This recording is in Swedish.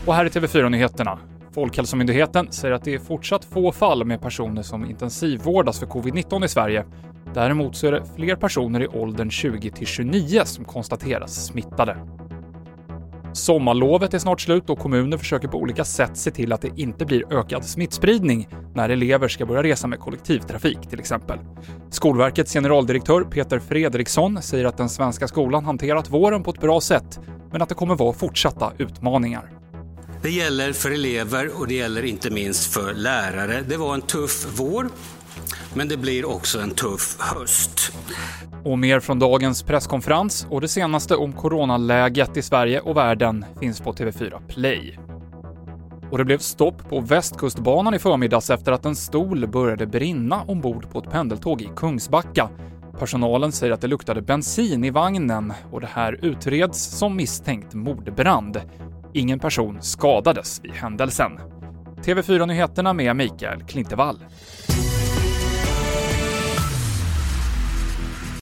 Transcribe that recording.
Och här är TV4-nyheterna. Folkhälsomyndigheten säger att det är fortsatt få fall med personer som intensivvårdas för covid-19 i Sverige. Däremot så är det fler personer i åldern 20-29 som konstateras smittade. Sommarlovet är snart slut och kommuner försöker på olika sätt se till att det inte blir ökad smittspridning när elever ska börja resa med kollektivtrafik till exempel. Skolverkets generaldirektör Peter Fredriksson säger att den svenska skolan hanterat våren på ett bra sätt, men att det kommer vara fortsatta utmaningar. Det gäller för elever och det gäller inte minst för lärare. Det var en tuff vår, men det blir också en tuff höst. Och mer från dagens presskonferens och det senaste om coronaläget i Sverige och världen finns på TV4 Play. Och det blev stopp på Västkustbanan i förmiddags efter att en stol började brinna ombord på ett pendeltåg i Kungsbacka. Personalen säger att det luktade bensin i vagnen och det här utreds som misstänkt mordbrand. Ingen person skadades vid händelsen. TV4-nyheterna med Mikael Klintevall.